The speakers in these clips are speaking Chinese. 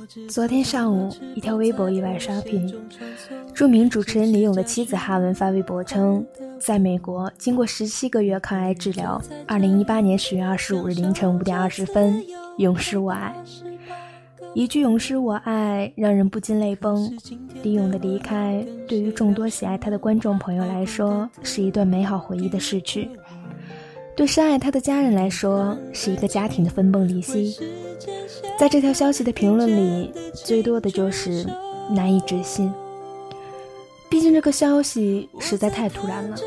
昨天上午，一条微博意外刷屏。著名主持人李咏的妻子哈文发微博称，在美国经过17个月抗癌治疗，2018年10月25日凌晨5点20分，永失我爱。一句永失我爱让人不禁泪崩。李咏的离开对于众多喜爱他的观众朋友来说是一段美好回忆的逝去，对深爱他的家人来说是一个家庭的分崩离析。在这条消息的评论里，最多的就是难以置信，毕竟这个消息实在太突然了。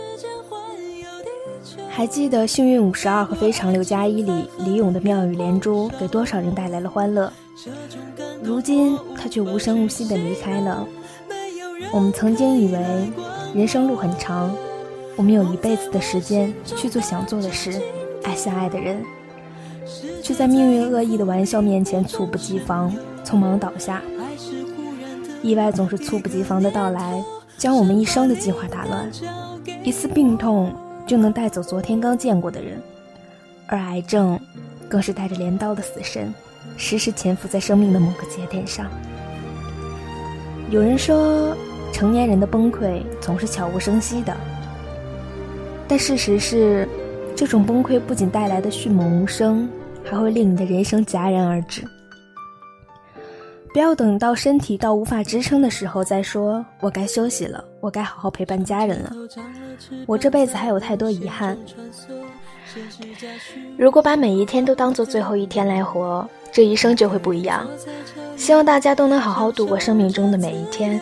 还记得《幸运52》和《非常六加一》里李咏的妙语连珠给多少人带来了欢乐，如今他却无声无息地离开了。我们曾经以为人生路很长，我们有一辈子的时间去做想做的事，爱相爱的人，却在命运恶意的玩笑面前猝不及防，匆忙倒下。意外总是猝不及防的到来，将我们一生的计划打乱。一次病痛就能带走昨天刚见过的人，而癌症更是带着镰刀的死神，时时潜伏在生命的某个节点上。有人说，成年人的崩溃总是悄无声息的，但事实是，这种崩溃不仅带来的迅猛无声，还会令你的人生戛然而止。不要等到身体到无法支撑的时候再说，我该休息了，我该好好陪伴家人了，我这辈子还有太多遗憾。如果把每一天都当作最后一天来活，这一生就会不一样。希望大家都能好好度过生命中的每一天。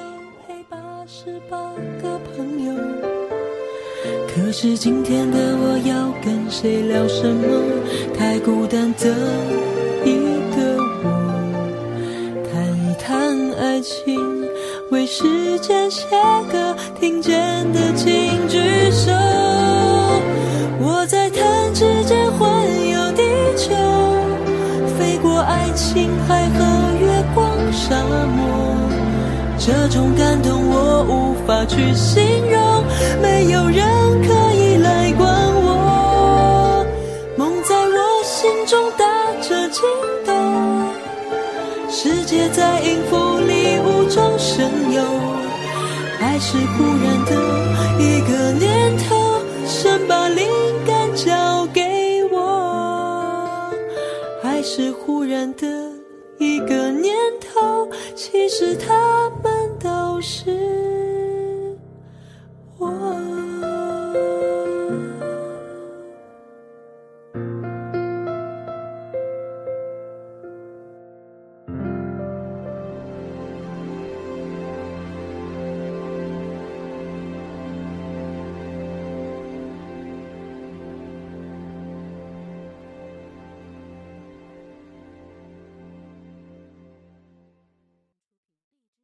可是今天的我要跟谁聊什么？太孤单的一个我，谈一谈爱情，为时间写个听见的请举手。我在弹指间环游地球，飞过爱情海和月光沙漠，这种感动我无法去形容，没有人可以来管我。梦在我心中打着惊动，世界在音符里无中生有，爱是忽然的一个念头，神把灵感交给我。爱是忽然的一个念头，其实他们都是